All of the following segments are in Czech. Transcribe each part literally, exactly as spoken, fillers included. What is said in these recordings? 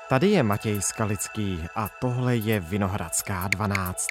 Tady je Matěj Skalický a tohle je Vinohradská dvanáct.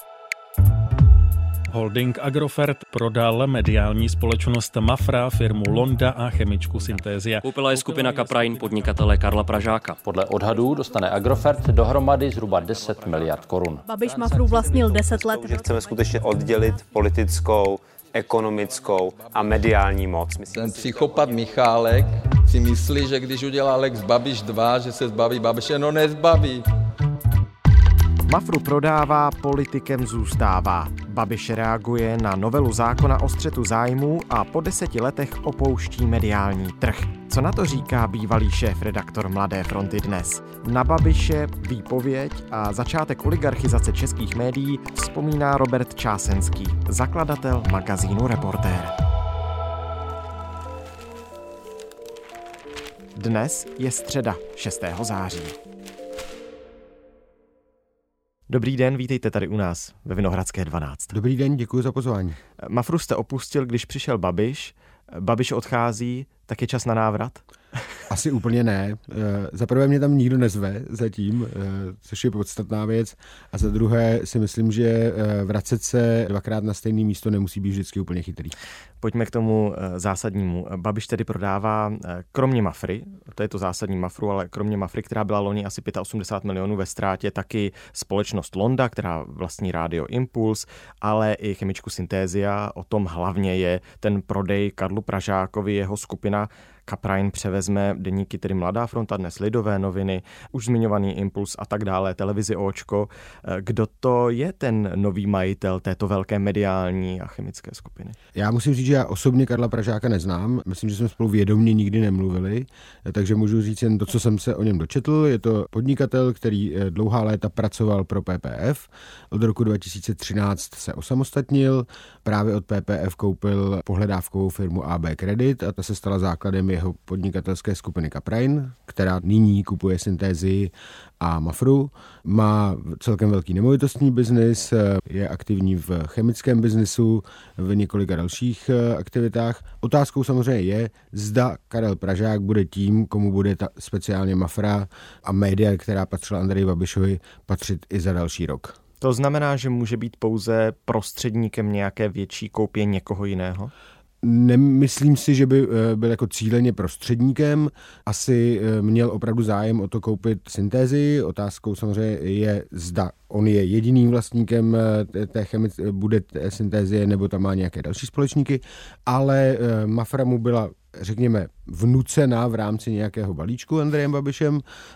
Holding Agrofert prodal mediální společnost Mafra, firmu Londa a chemičku Synthesia. Koupila je skupina Kaprain podnikatele Karla Pražáka. Podle odhadů dostane Agrofert dohromady zhruba deset miliard korun. Babiš Mafru vlastnil deset let. Že chceme skutečně oddělit politickou, ekonomickou a mediální moc. Ten psychopat Michálek si myslí, že když udělá Lex Babiš dva, že se zbaví Babiše, no nezbaví. Mafru prodává, politikem zůstává. Babiš reaguje na novelu zákona o střetu zájmů a po deseti letech opouští mediální trh. Co na to říká bývalý šéf-redaktor Mladé fronty Dnes? Na Babiše, výpověď a začátek oligarchizace českých médií vzpomíná Robert Čásenský, zakladatel magazínu Reportér. Dnes je středa, šestého září. Dobrý den, vítejte tady u nás ve Vinohradské dvanáct. Dobrý den, děkuji za pozvání. Mafru jste opustil, když přišel Babiš. Babiš odchází, tak je čas na návrat? Asi úplně ne. Za prvé mě tam nikdo nezve zatím, což je podstatná věc. A za druhé si myslím, že vracet se dvakrát na stejné místo nemusí být vždycky úplně chytrý. Pojďme k tomu zásadnímu. Babiš tedy prodává kromě Mafry, to je to zásadní Mafru, ale kromě Mafry, která byla loni asi osmdesát pět milionů ve ztrátě, taky společnost Londa, která vlastní Rádio Impuls, ale i chemičku Synthesia. O tom hlavně je ten prodej Karlu Pražákovi, jeho skupina Kaprain převezme deníky, tedy Mladá fronta Dnes, Lidové noviny, už zmiňovaný Impuls a tak dále, televizi Óčko. Kdo to je ten nový majitel této velké mediální a chemické skupiny? Já musím říct, že já osobně Karla Pražáka neznám. Myslím, že jsme spolu vědomě nikdy nemluvili, takže můžu říct jen to, co jsem se o něm dočetl. Je to podnikatel, který dlouhá léta pracoval pro P P F. Od roku dva tisíce třináct se osamostatnil. Právě od P P F koupil pohledávkovou firmu A B Credit a ta se stala základem jeho podnikatelské skupiny Kaprain, která nyní kupuje Synthesii a Mafru. Má celkem velký nemovitostní biznis, je aktivní v chemickém biznisu, v několika dalších aktivitách. Otázkou samozřejmě je, zda Karel Pražák bude tím, komu bude ta speciálně Mafra a média, která patřila Andreji Babišovi, patřit i za další rok. To znamená, že může být pouze prostředníkem nějaké větší koupě někoho jiného? Nemyslím si, že by byl jako cíleně prostředníkem. Asi měl opravdu zájem o to koupit Synthesii. Otázkou samozřejmě je, zda on je jediným vlastníkem té chemické, bude té Synthesie, nebo tam má nějaké další společníky, ale Mafra mu byla, řekněme, vnucená v rámci nějakého balíčku Andrejem Babišem.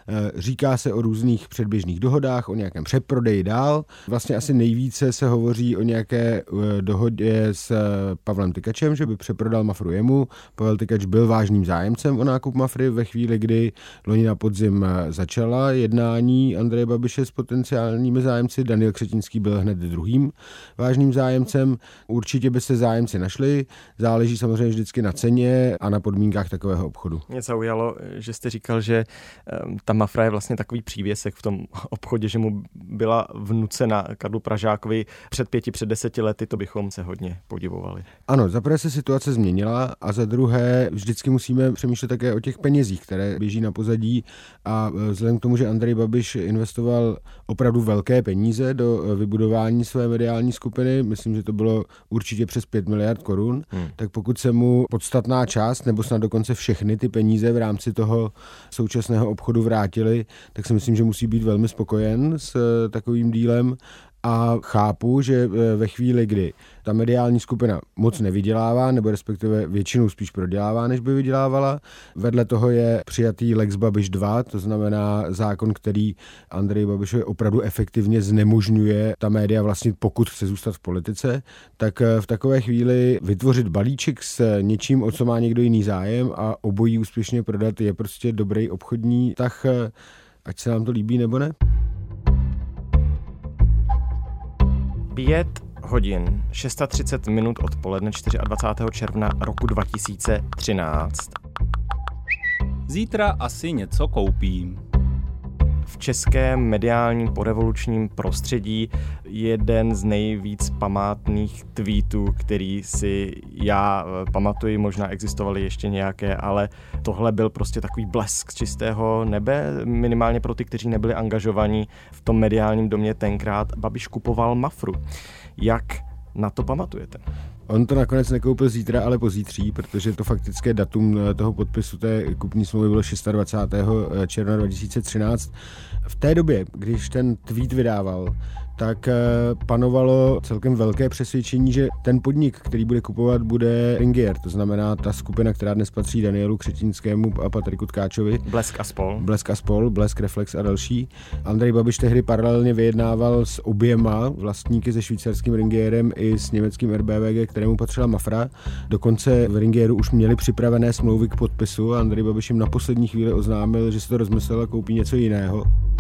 Říká se o různých předběžných dohodách, o nějakém přeprodeji dál. Vlastně asi nejvíce se hovoří o nějaké dohodě s Pavlem Tykačem, že by přeprodal Mafru jemu. Pavel Tykač byl vážným zájemcem o nákup Mafry ve chvíli, kdy loni na podzim začala jednání Andreje Babiše s potenciálními zájemci. Daniel Křetínský byl hned druhým vážným zájemcem. Určitě by se zájemci našli. Záleží samozřejmě vždycky na ceně a na podmínkách takového obchodu. Mě zaujalo, že jste říkal, že ta Mafra je vlastně takový přívěsek v tom obchodě, že mu byla vnucena Karlu Pražákovi před pěti, před deseti lety, to bychom se hodně podivovali. Ano, za prvé se situace změnila a za druhé vždycky musíme přemýšlet také o těch penězích, které běží na pozadí a vzhledem k tomu, že Andrej Babiš investoval opravdu velké peníze do vybudování své mediální skupiny, myslím, že to bylo určitě přes pět miliard korun, hmm. tak pokud se mu podstatná část nebo snad dokonce všechny ty peníze v rámci toho současného obchodu vrátily, tak si myslím, že musí být velmi spokojen s takovým dílem. A chápu, že ve chvíli, kdy ta mediální skupina moc nevydělává, nebo respektive většinou spíš prodělává, než by vydělávala, vedle toho je přijatý Lex Babiš dva, to znamená zákon, který Andreji Babišovi opravdu efektivně znemožňuje ta média vlastnit, pokud chce zůstat v politice, tak v takové chvíli vytvořit balíček s něčím, o co má někdo jiný zájem a obojí úspěšně prodat, je prostě dobrý obchodní tah, ať se nám to líbí nebo ne. Pět hodin, třicet šest minut odpoledne dvacátého čtvrtého června roku dva tisíce třináct. Zítra asi něco koupím. v českém mediálním porevolučním prostředí jeden z nejvíc památných tweetů, který si já pamatuji, možná existovaly ještě nějaké, ale tohle byl prostě takový blesk z čistého nebe, minimálně pro ty, kteří nebyli angažovaní v tom mediálním domě tenkrát. Babiš kupoval Mafru. Jak na to pamatujete? On to nakonec nekoupil zítra, ale pozítří, protože to faktické datum toho podpisu té kupní smlouvy bylo dvacátého šestého června dva tisíce třináct. V té době, když ten tweet vydával, tak panovalo celkem velké přesvědčení, že ten podnik, který bude kupovat, bude Ringier, to znamená ta skupina, která dnes patří Danielu Křetínskému a Patriku Tkáčovi. Blesk a spol. Blesk a spol, Blesk, Reflex a další. Andrej Babiš tehdy paralelně vyjednával s oběma vlastníky, se švýcarským Ringierem i s německým R B V G, kterému patřila Mafra. Dokonce v Ringieru už měli připravené smlouvy k podpisu a Andrej Babiš jim na poslední chvíli oznámil, že si to rozmyslel a koupí něco jiného.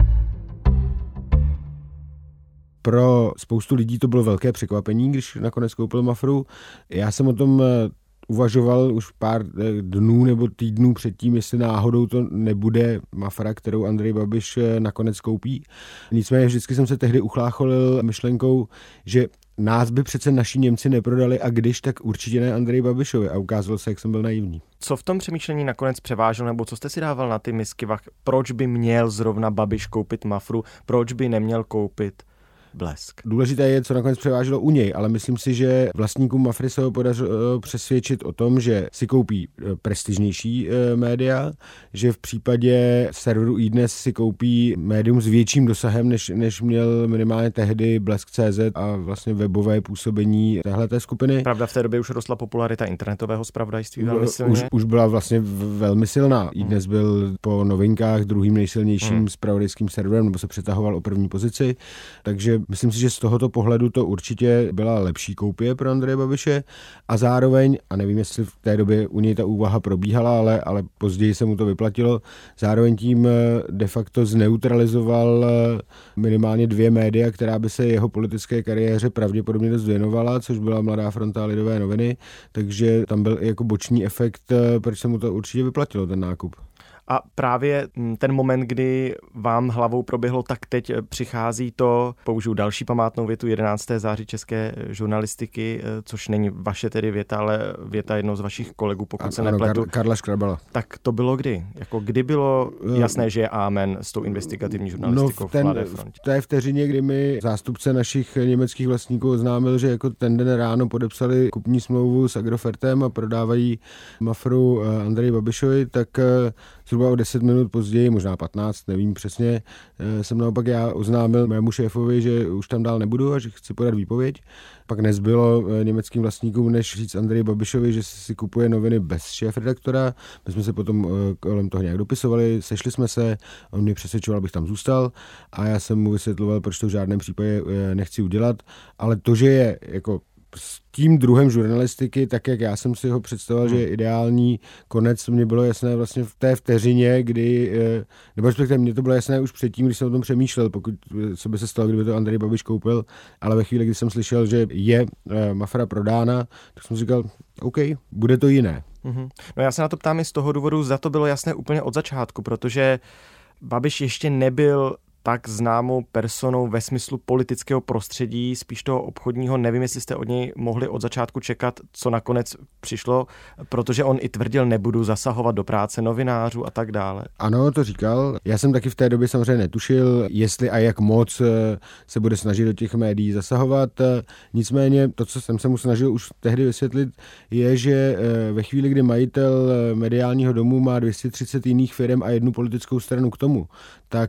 Pro spoustu lidí to bylo velké překvapení, když nakonec koupil Mafru. Já jsem o tom uvažoval už pár dnů nebo týdnů předtím, jestli náhodou to nebude Mafra, kterou Andrej Babiš nakonec koupí. Nicméně vždycky jsem se tehdy uchlácholil myšlenkou, že nás by přece naši Němci neprodali a když, tak určitě ne Andrej Babišovi a ukázalo se, jak jsem byl naivní. Co v tom přemýšlení nakonec převáželo, nebo co jste si dával na ty misky vah? Proč by měl zrovna Babiš koupit Mafru? Proč by neměl koupit Blesk? Důležité je, co nakonec převážilo u něj, ale myslím si, že vlastníkům Mafry se ho podařilo přesvědčit o tom, že si koupí prestižnější média, že v případě serveru iDnes si koupí médium s větším dosahem, než, než měl minimálně tehdy Blesk tečka cé zet a vlastně webové působení téhleté skupiny. Pravda, v té době už rostla popularita internetového zpravodajství velmi silně. Už, už byla vlastně velmi silná. iDnes hmm. byl po novinkách druhým nejsilnějším hmm. zpravodajským serverem, nebo se přetahoval o první pozici, takže myslím si, že z tohoto pohledu to určitě byla lepší koupě pro Andreje Babiše a zároveň, a nevím, jestli v té době u něj ta úvaha probíhala, ale, ale později se mu to vyplatilo, zároveň tím de facto zneutralizoval minimálně dvě média, která by se jeho politické kariéře pravděpodobně dost věnovala, což byla Mladá fronta a Lidové noviny, takže tam byl i jako bočný efekt, proč se mu to určitě vyplatilo, ten nákup. A právě ten moment, kdy vám hlavou proběhlo, tak teď přichází to, použiju další památnou větu jedenáctého září české žurnalistiky, což není vaše tedy věta, ale věta jednoho z vašich kolegů, pokud a, se ano, nepletu. Kar- Karla Škrabala. Tak to bylo kdy? Jako kdy bylo jasné, že je amen s tou investigativní žurnalistikou no v, ten, v Mladé frontě? V té vteřině, kdy mi zástupce našich německých vlastníků oznámil, že jako ten den ráno podepsali kupní smlouvu s Agrofertem a prodávají Mafru Andreji Babišovi, tak zhruba o deset minut později, možná patnáct, nevím přesně, jsem naopak já oznámil mému šéfovi, že už tam dál nebudu a že chci podat výpověď. Pak nezbylo německým vlastníkům, než říct Andreji Babišovi, že si kupuje noviny bez šéfredaktora. My jsme se potom kolem toho nějak dopisovali, sešli jsme se, on mě přesvědčoval, abych tam zůstal a já jsem mu vysvětloval, proč to v žádném případě nechci udělat, ale to, že je jako s tím druhem žurnalistiky, tak jak já jsem si ho představoval, hmm. že je ideální konec, mně bylo jasné vlastně v té vteřině, kdy, nebo respektive mně to bylo jasné už předtím, když jsem o tom přemýšlel, pokud co by se stalo, kdyby to Andrej Babiš koupil, ale ve chvíli, kdy jsem slyšel, že je Mafra prodána, tak jsem říkal, OK, bude to jiné. Hmm. No já se na to ptám i z toho důvodu, za to bylo jasné úplně od začátku, protože Babiš ještě nebyl tak známou personou ve smyslu politického prostředí, spíš toho obchodního. Nevím, jestli jste od něj mohli od začátku čekat, co nakonec přišlo, protože on i tvrdil, nebudu zasahovat do práce novinářů a tak dále. Ano, to říkal. Já jsem taky v té době samozřejmě netušil, jestli a jak moc se bude snažit do těch médií zasahovat. Nicméně to, co jsem se mu snažil už tehdy vysvětlit, je, že ve chvíli, kdy majitel mediálního domu má dvě stě třicet jiných firem a jednu politickou stranu k tomu, tak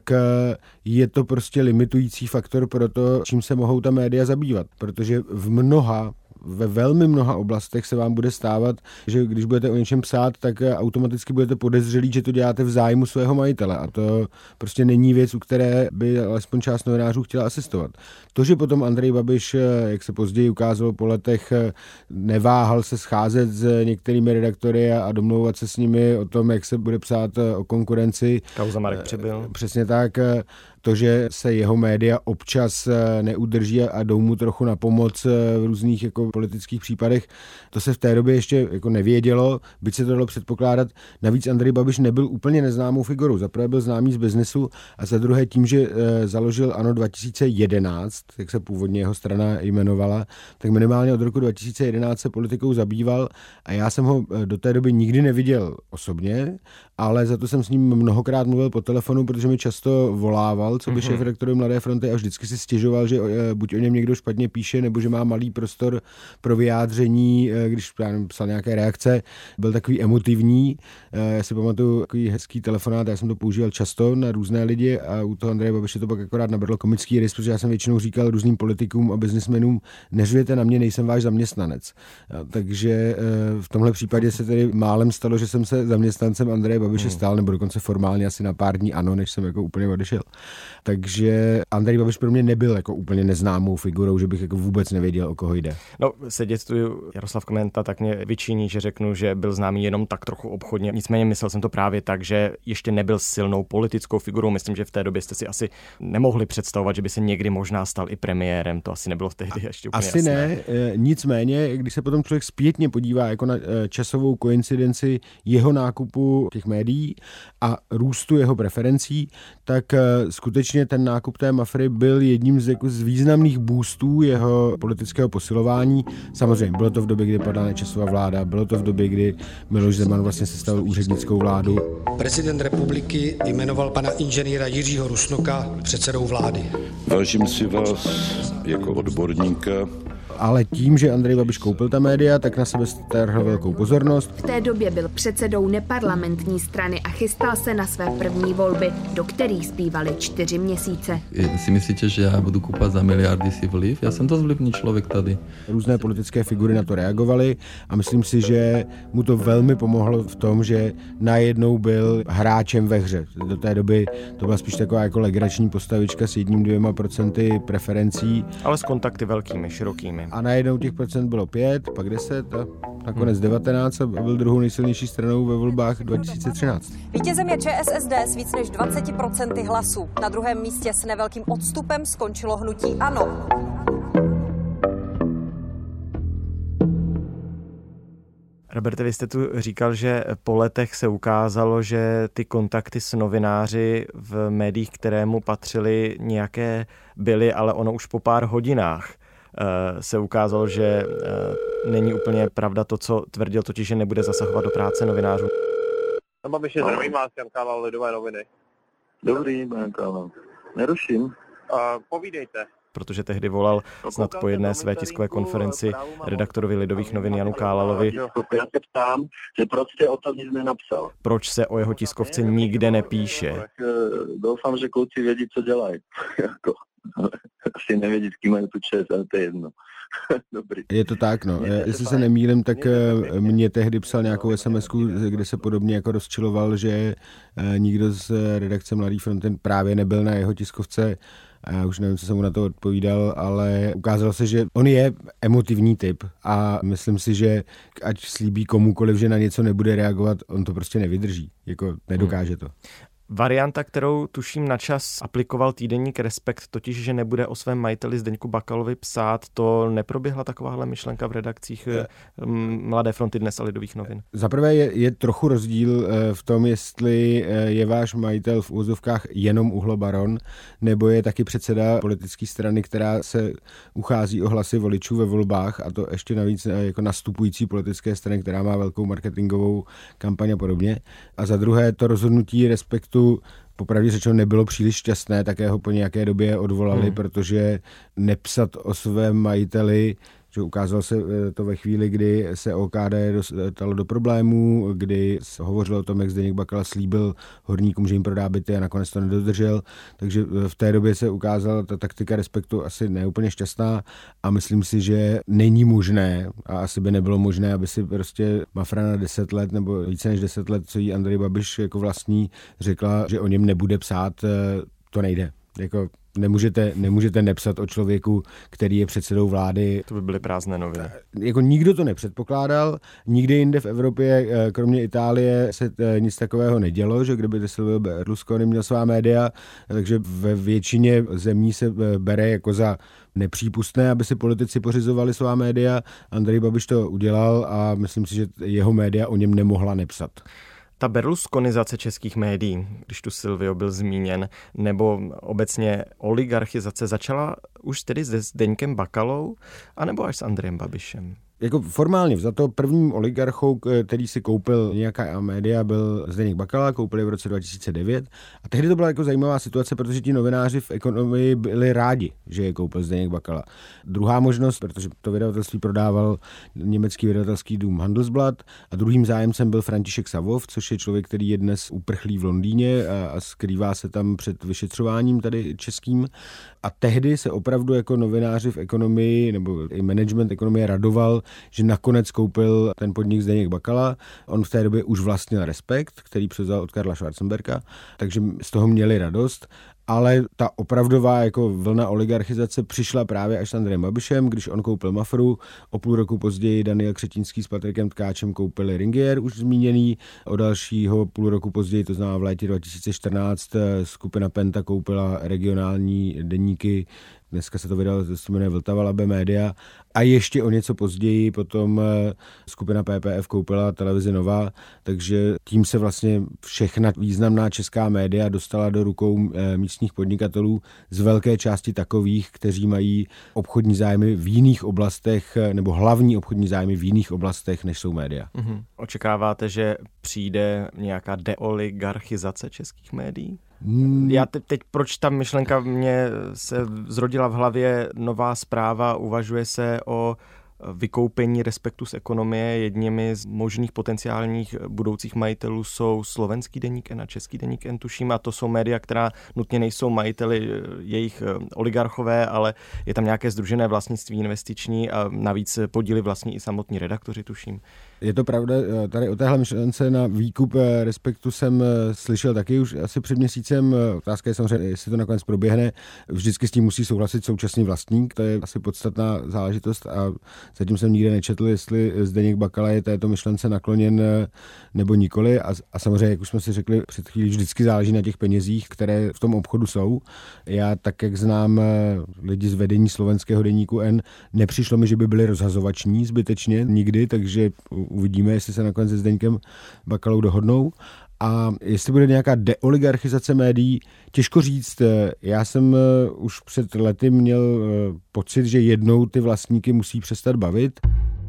je to prostě limitující faktor pro to, čím se mohou ta média zabývat, protože v mnoha ve velmi mnoha oblastech se vám bude stávat, že když budete o něčem psát, tak automaticky budete podezřelí, že to děláte v zájmu svého majitele a to prostě není věc, u které by alespoň část novinářů chtěla asistovat. To, že potom Andrej Babiš, jak se později ukázalo po letech, neváhal se scházet s některými redaktory a domlouvat se s nimi o tom, jak se bude psát o konkurenci. Kauza Marek Přebyl. Přesně tak. To, že se jeho média občas neudrží a jdou mu trochu na pomoc v různých jako politických případech, to se v té době ještě jako nevědělo, byť se to dalo předpokládat. Navíc Andrej Babiš nebyl úplně neznámou figurou. Za prvé byl známý z biznesu a za druhé tím, že založil ANO dva tisíce jedenáct, jak se původně jeho strana jmenovala, tak minimálně od roku dva tisíce jedenáct se politikou zabýval a já jsem ho do té doby nikdy neviděl osobně, ale za to jsem s ním mnohokrát mluvil po telefonu, protože mi často volával, co by mm-hmm. šéfredaktorovi Mladé fronty a vždycky si stěžoval, že buď o něm někdo špatně píše, nebo že má malý prostor pro vyjádření, když psal nějaké reakce, byl takový emotivní. Já si pamatuju takový hezký telefonát, já jsem to používal často na různé lidi a u toho Andreje Babiše to pak akorát nabralo komický rys, protože já jsem většinou říkal různým politikům a biznismenům, neřvěte na mě, nejsem váš zaměstnanec. Takže v tomhle případě se tedy málem stalo, že jsem se zaměstnancem Andreje Babiše stal, nebo dokonce formálně asi na pár dní ano, než jsem jako úplně odešel. Takže Andrej Babiš pro mě nebyl jako úplně neznámou figurou, že bych jako vůbec nevěděl, o koho jde. No, sedět tu Jaroslav Komenta tak mě vyčiní, že řeknu, že byl známý jenom tak trochu obchodně. Nicméně myslel jsem to právě tak, že ještě nebyl silnou politickou figurou. Myslím, že v té době jste si asi nemohli představovat, že by se někdy možná stal i premiérem. To asi nebylo tehdy ještě úplně asi jasné. ne, nicméně, když se potom člověk zpětně podívá jako na časovou koincidenci jeho nákupu těch médií a růstu jeho preferencí, tak skutečně ten nákup té Mafry byl jedním z, jako z významných boostů jeho politického posilování. Samozřejmě bylo to v době, kdy padla Nečasova vláda, bylo to v době, kdy Miloš Zeman vlastně sestavil úřednickou vládu. Prezident republiky jmenoval pana inženýra Jiřího Rusnoka předsedou vlády. Vážím si vás jako odborníka. Ale tím, že Andrej Babiš koupil ta média, tak na sebe strhl velkou pozornost. V té době byl předsedou neparlamentní strany a chystal se na své první volby, do kterých zbývaly čtyři měsíce. Si myslíte, že já budu kupovat za miliardy si vliv? Já jsem to vlivný člověk tady. Různé politické figury na to reagovaly a myslím si, že mu to velmi pomohlo v tom, že najednou byl hráčem ve hře. Do té doby to byla spíš taková jako legrační postavička s jedním, dvěma procenty preferencí. Ale s kontakty velkými, širokými. A najednou těch procent bylo pět, pak deset a nakonec devatenáct a byl druhou nejsilnější stranou ve volbách dva tisíce třináct. Vítězem je ČSSD s víc než dvaceti procenty hlasů. Na druhém místě s nevelkým odstupem skončilo hnutí ANO. Roberte, vy jste tu říkal, že po letech se ukázalo, že ty kontakty s novináři v médiích, kterému patřily, nějaké byly, ale ono už po pár hodinách se ukázalo, že není úplně pravda to, co tvrdil, totiž, že nebude zasahovat do práce novinářů. No, Babiš je zdravím vás, Jan Kálal, Lidové noviny. Dobrý, Jan Kálal. Neruším. Uh, povídejte. Protože tehdy volal snad po jedné své tiskové konferenci redaktorovi Lidových novin Janu Kálalovi. Já se ptám, že proč jste o tom nic nenapsal? Proč se o jeho tiskovce nikde nepíše? Tak doufám, že kluci vědí, co dělají. Asi nevědí, s kým mají tu čest, ale to je jedno. Dobrý. Je to tak, no. Jestli se nemýlím, tak mě tehdy psal nějakou SMSku, kde se podobně jako rozčiloval, že nikdo z redakce Mladé fronty právě nebyl na jeho tiskovce. A já už nevím, co jsem mu na to odpovídal, ale ukázalo se, že on je emotivní typ a myslím si, že ať slíbí komukoliv, že na něco nebude reagovat, on to prostě nevydrží. Jako nedokáže to. Varianta, kterou tuším na čas aplikoval týdeník Respekt, totiž, že nebude o svém majiteli Zdeňku Bakalovi psát, to neproběhla takováhle myšlenka v redakcích Mladé fronty Dnes a Lidových novin? Zaprvé je, je trochu rozdíl v tom, jestli je váš majitel v úvozovkách jenom uhlobaron, nebo je taky předseda politické strany, která se uchází o hlasy voličů ve volbách, a to ještě navíc jako nastupující politické strany, která má velkou marketingovou kampaň a podobně. A za druhé to rozhodnutí Respektu popravdě řečeno nebylo příliš šťastné, také ho po nějaké době odvolali, hmm. protože nepsat o svém majiteli, že ukázalo se to ve chvíli, kdy se O K D dostalo do problémů, kdy se hovořilo o tom, jak Zdeněk Bakala slíbil horníkům, že jim prodá byty a nakonec to nedodržel. Takže v té době se ukázala ta taktika Respektu asi neúplně šťastná a myslím si, že není možné a asi by nebylo možné, aby si prostě Mafra na deset let nebo více než deset let, co jí Andrej Babiš jako vlastní, řekla, že o něm nebude psát, to nejde. Jako Nemůžete, nemůžete nepsat o člověku, který je předsedou vlády. To by byly prázdné noviny. Jako nikdo to nepředpokládal, nikde jinde v Evropě, kromě Itálie, se nic takového nedělo, že kdyby Silvio Berlusconi měl svá média, takže ve většině zemí se bere jako za nepřípustné, aby si politici pořizovali svá média. Andrej Babiš to udělal a myslím si, že jeho média o něm nemohla nepsat. Ta berlusconizace českých médií, když tu Silvio byl zmíněn, nebo obecně oligarchizace začala už tedy se Zdeňkem Bakalou, anebo až s Andrejem Babišem? Jako formálně vzato prvním oligarchou, který si koupil nějaká média, byl Zdeněk Bakala, koupili v roce dva tisíce devět. A tehdy to byla jako zajímavá situace, protože ti novináři v Ekonomii byli rádi, že je koupil Zdeněk Bakala. Druhá možnost, protože to vydavatelství prodával německý vydavatelský dům Handelsblatt a druhým zájemcem byl František Savov, což je člověk, který je dnes uprchlý v Londýně a, a skrývá se tam před vyšetřováním tady českým. A tehdy se opravdu jako novináři v Ekonomii nebo i management Ekonomie radoval, že nakonec koupil ten podnik Zdeněk Bakala. On v té době už vlastnil Respekt, který převzal od Karla Schwarzenberga, takže z toho měli radost. Ale ta opravdová jako vlna oligarchizace přišla právě až s Andrejem Babišem, když on koupil Mafru. O půl roku později Daniel Křetínský s Patrikem Tkáčem koupili Ringier, už zmíněný. O dalšího půl roku později, to znamená v létě dva tisíce čtrnáct, skupina Penta koupila regionální deníky. Dneska se to vydalo, to se jmenuje Vltava Labe Media. A ještě o něco později potom skupina P P F koupila televizi Nova, takže tím se vlastně všechna významná česká média dostala do rukou místních podnikatelů, z velké části takových, kteří mají obchodní zájmy v jiných oblastech, nebo hlavní obchodní zájmy v jiných oblastech, než jsou média. Mm-hmm. Očekáváte, že přijde nějaká deoligarchizace českých médií? Hmm. Já te- teď, proč ta myšlenka mě se zrodila v hlavě, nová zpráva, uvažuje se o vykoupení Respektu z Ekonomie. Jedněmi z možných potenciálních budoucích majitelů jsou slovenský deník N a český deník N, tuším, a to jsou média, která nutně nejsou majiteli jejich oligarchové, ale je tam nějaké sdružené vlastnictví investiční a navíc podíly vlastní i samotní redaktoři, tuším. Je to pravda, tady o téhle myšlence na výkup Respektu jsem slyšel taky už asi před měsícem. Otázka je samozřejmě, jestli to nakonec proběhne. Vždycky s tím musí souhlasit současný vlastník, to je asi podstatná záležitost a zatím jsem nikde nečetl, jestli Zdeněk Bakala je této myšlence nakloněn nebo nikoli. A, a samozřejmě, jak už jsme si řekli před chvílí, vždycky záleží na těch penězích, které v tom obchodu jsou. Já tak, jak znám lidi z vedení slovenského deníku N, nepřišlo mi, že by byli rozhazovační zbytečně nikdy, takže uvidíme, jestli se nakonec se Zdeňkem Bakalou dohodnou. A jestli bude nějaká deoligarchizace médií, těžko říct. Já jsem už před lety měl pocit, že jednou ty vlastníky musí přestat bavit.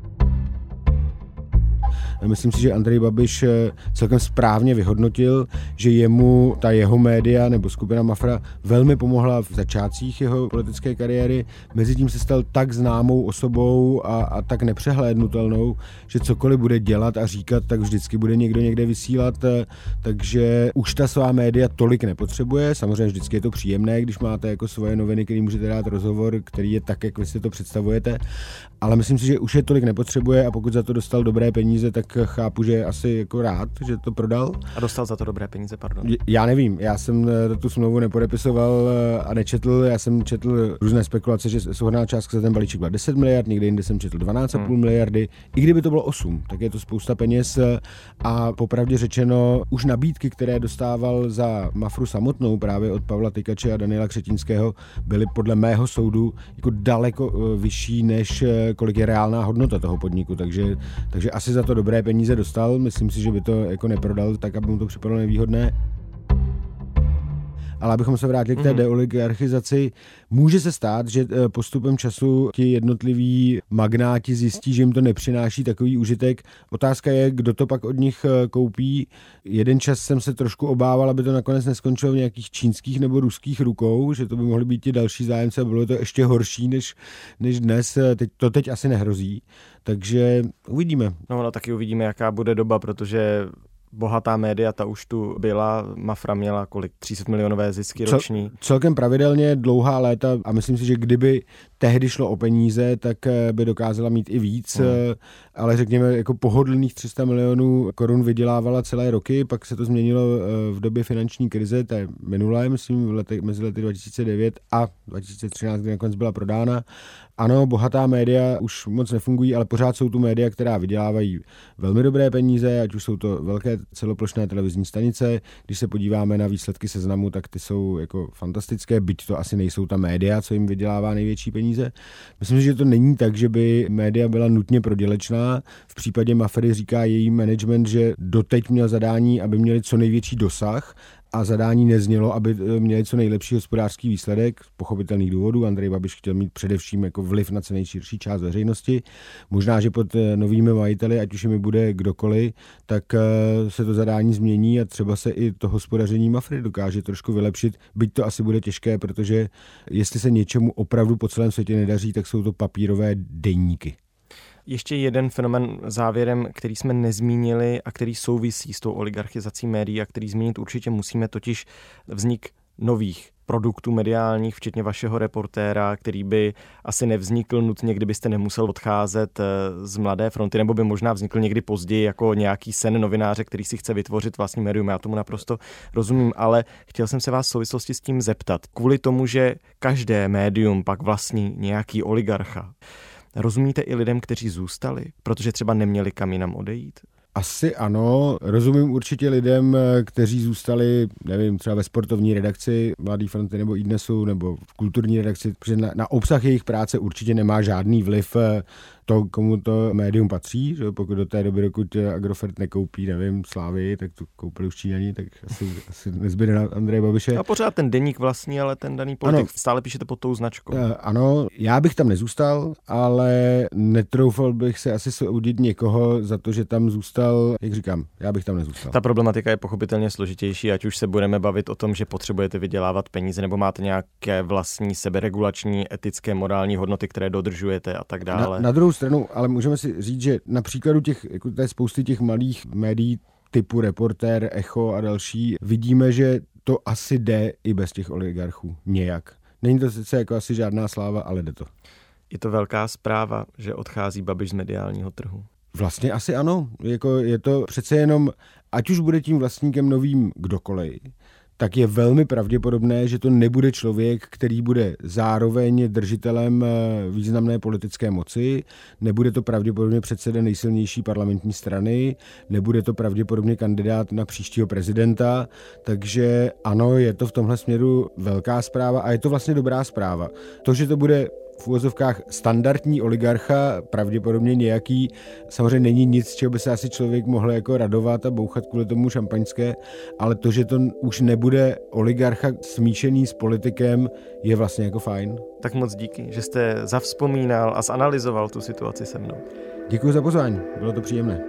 Myslím si, že Andrej Babiš celkem správně vyhodnotil, že jemu ta jeho média nebo skupina Mafra velmi pomohla v začátcích jeho politické kariéry. Mezitím se stal tak známou osobou a, a tak nepřehlédnutelnou, že cokoliv bude dělat a říkat, tak vždycky bude někdo někde vysílat, takže už ta svá média tolik nepotřebuje. Samozřejmě vždycky je to příjemné, když máte jako svoje noviny, který můžete dát rozhovor, který je tak, jak vy si to představujete, ale myslím si, že už je tolik nepotřebuje a pokud za to dostal dobré peníze, tak chápu, že je asi jako rád, že to prodal. A dostal za to dobré peníze, pardon. Já nevím, já jsem tu smlouvu nepodepisoval a nečetl, já jsem četl různé spekulace, že souhrnná částka za ten balíček byla deset miliard, někde jinde jsem četl dvanáct celá pět hmm. miliardy, i kdyby to bylo osm, tak je to spousta peněz a popravdě řečeno, už nabídky, které dostával za Mafru samotnou právě od Pavla Tykače a Daniela Křetínského, byly podle mého soudu jako daleko vyšší, než kolik je reálná hodnota toho podniku, takže, takže asi za to dobré peníze dostal, myslím si, že by to jako neprodal tak, aby mu to připadlo nevýhodné. Ale abychom se vrátili k té deoligarchizaci, může se stát, že postupem času ti jednotliví magnáti zjistí, že jim to nepřináší takový užitek. Otázka je, kdo to pak od nich koupí. Jeden čas jsem se trošku obával, aby to nakonec neskončilo v nějakých čínských nebo ruských rukou, že to by mohly být ti další zájemci a bylo to ještě horší než, než dnes. Teď, to teď asi nehrozí, takže uvidíme. No, no taky uvidíme, jaká bude doba, protože bohatá média, ta už tu byla, Mafra měla kolik, tři sta milionové zisky roční. Cel, celkem pravidelně dlouhá léta a myslím si, že kdyby tehdy šlo o peníze, tak by dokázala mít i víc, hmm. ale řekněme, jako pohodlných tři sta milionů korun vydělávala celé roky, pak se to změnilo v době finanční krize, té minulé, myslím, v letech, mezi lety dva tisíce devět a dva tisíce třináct, kdy nakonec byla prodána. Ano, bohatá média už moc nefungují, ale pořád jsou tu média, která vydělávají velmi dobré peníze, ať už jsou to velké celoplošné televizní stanice. Když se podíváme na výsledky Seznamu, tak ty jsou jako fantastické, byť to asi nejsou ta média, co jim vydělává největší peníze. Myslím si, že to není tak, že by média byla nutně prodělečná. V případě Mafry říká její management, že doteď měl zadání, aby měli co největší dosah, a zadání neznělo, aby měli co nejlepší hospodářský výsledek z pochopitelných důvodů. Andrej Babiš chtěl mít především jako vliv na co nejširší část veřejnosti. Možná, že pod novými majiteli, ať už jimi bude kdokoliv, tak se to zadání změní a třeba se i to hospodaření Mafry dokáže trošku vylepšit, byť to asi bude těžké, protože jestli se něčemu opravdu po celém světě nedaří, tak jsou to papírové deníky. Ještě jeden fenomen závěrem, který jsme nezmínili a který souvisí s tou oligarchizací médií a který zmínit určitě musíme, totiž vznik nových produktů mediálních, včetně vašeho reportéra, který by asi nevznikl nutně, kdybyste nemusel odcházet z Mladé fronty, nebo by možná vznikl někdy později jako nějaký sen novináře, který si chce vytvořit vlastní médium. Já tomu naprosto rozumím, ale chtěl jsem se vás v souvislosti s tím zeptat. Kvůli tomu, že každé médium pak vlastní nějaký oligarcha, rozumíte i lidem, kteří zůstali, protože třeba neměli kam jinam odejít? Asi ano, rozumím určitě lidem, kteří zůstali, nevím, třeba ve sportovní redakci Mladé fronty nebo iDnesu, nebo v kulturní redakci, protože na, na obsah jejich práce určitě nemá žádný vliv to, komu to médium patří, že pokud do té doby, dokud Agrofert nekoupí, nevím, Slávii, tak to koupili už Číňani, tak asi, asi nezbyde na Andreje Babiše. A pořád ten deník vlastní, ale ten daný politik, ano, stále píšete pod tou značkou. Ano, já bych tam nezůstal, ale netroufal bych se asi soudit někoho za to, že tam zůstal, jak říkám, já bych tam nezůstal. Ta problematika je pochopitelně složitější, ať už se budeme bavit o tom, že potřebujete vydělávat peníze, nebo máte nějaké vlastní seberegulační, etické, morální hodnoty, které dodržujete a tak dále. Na, na druhou stranu, ale můžeme si říct, že na příkladu těch, jako té spousty těch malých médií typu Reportér, Echo a další, vidíme, že to asi jde i bez těch oligarchů nějak. Není to sice jako asi žádná sláva, ale jde to. Je to velká zpráva, že odchází Babiš z mediálního trhu? Vlastně asi ano. Jako je to přece jenom, ať už bude tím vlastníkem novým kdokoliv, tak je velmi pravděpodobné, že to nebude člověk, který bude zároveň držitelem významné politické moci, nebude to pravděpodobně předseda nejsilnější parlamentní strany, nebude to pravděpodobně kandidát na příštího prezidenta, takže ano, je to v tomhle směru velká zpráva a je to vlastně dobrá zpráva. To, že to bude v uvozovkách standardní oligarcha, pravděpodobně nějaký, samozřejmě není nic, čeho by se asi člověk mohl jako radovat a bouchat kvůli tomu šampaňské, ale to, že to už nebude oligarcha smíšený s politikem, je vlastně jako fajn. Tak moc díky, že jste zavzpomínal a zanalyzoval tu situaci se mnou. Děkuji za pozvání, bylo to příjemné.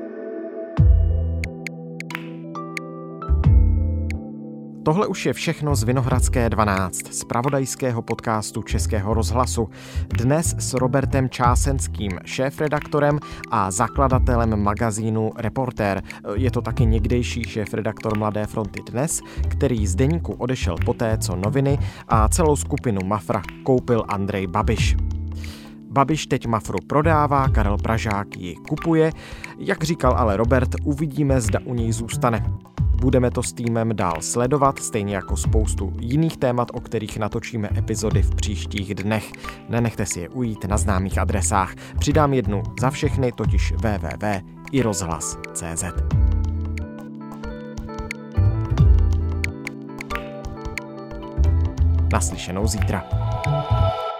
Tohle už je všechno z Vinohradské dvanáct, z zpravodajského podcastu Českého rozhlasu. Dnes s Robertem Čásenským, šéfredaktorem a zakladatelem magazínu Reportér. Je to taky někdejší šéfredaktor Mladé fronty Dnes, který z deníku odešel poté, co noviny a celou skupinu Mafra koupil Andrej Babiš. Babiš teď Mafru prodává, Karel Pražák ji kupuje. Jak říkal ale Robert, uvidíme, zda u něj zůstane. Budeme to s týmem dál sledovat, stejně jako spoustu jiných témat, o kterých natočíme epizody v příštích dnech. Nenechte si je ujít na známých adresách. Přidám jednu za všechny, totiž w w w tečka i rozhlas tečka cé zet. Naslyšenou zítra.